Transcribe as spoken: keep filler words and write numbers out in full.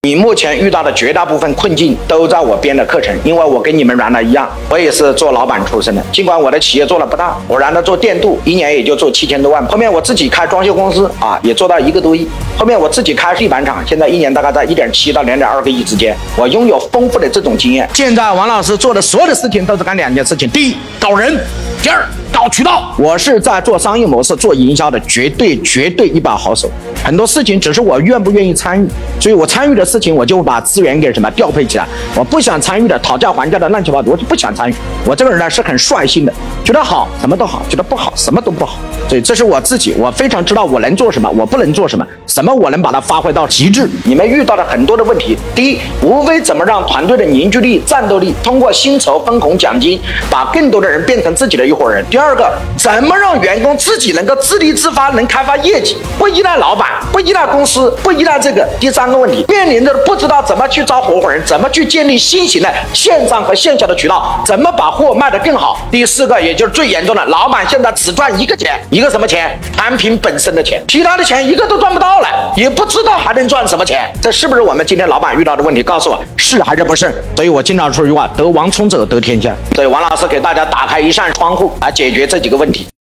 你目前遇到的绝大部分困境都在我编的课程，因为我跟你们原来一样，我也是做老板出身的。尽管我的企业做的不大，我原来做电镀，一年也就做七千多万。后面我自己开装修公司啊，也做到一个多亿。后面我自己开地板厂，现在一年大概在一点七到两点二个亿之间。我拥有丰富的这种经验。现在王老师做的所有的事情都是干两件事情：第一，搞人；第二，搞渠道。我是在做商业模式、做营销的，绝对绝对一把好手。很多事情只是我愿不愿意参与，所以我参与的事情，我就把资源给什么调配起来。我不想参与的、讨价还价的乱七八糟，我就不想参与。我这个人呢是很率性的，觉得好什么都好，觉得不好什么都不好。所以这是我自己，我非常知道我能做什么，我不能做什么，什么我能把它发挥到极致。你们遇到的很多的问题，第一，无非怎么让团队的凝聚力、战斗力通过薪酬、分红、奖金，把更多的人变成自己的一伙人。第二个，怎么让员工自己能够自立自发，能开发业绩，不依赖老板，不依赖公司，不依赖这个。第三个问题，面临着不知道怎么去招合伙人，怎么去建立新型的线上和线下的渠道，怎么把货卖得更好。第四个，也就是最严重的，老板现在只赚一个钱，一个什么钱？产品本身的钱，其他的钱一个都赚不到了，也不知道还能赚什么钱。这是不是我们今天老板遇到的问题？告诉我是还是不是？所以我经常说一句话：得王充者得天下。所以王老师给大家打开一扇窗户来解决这几个问题。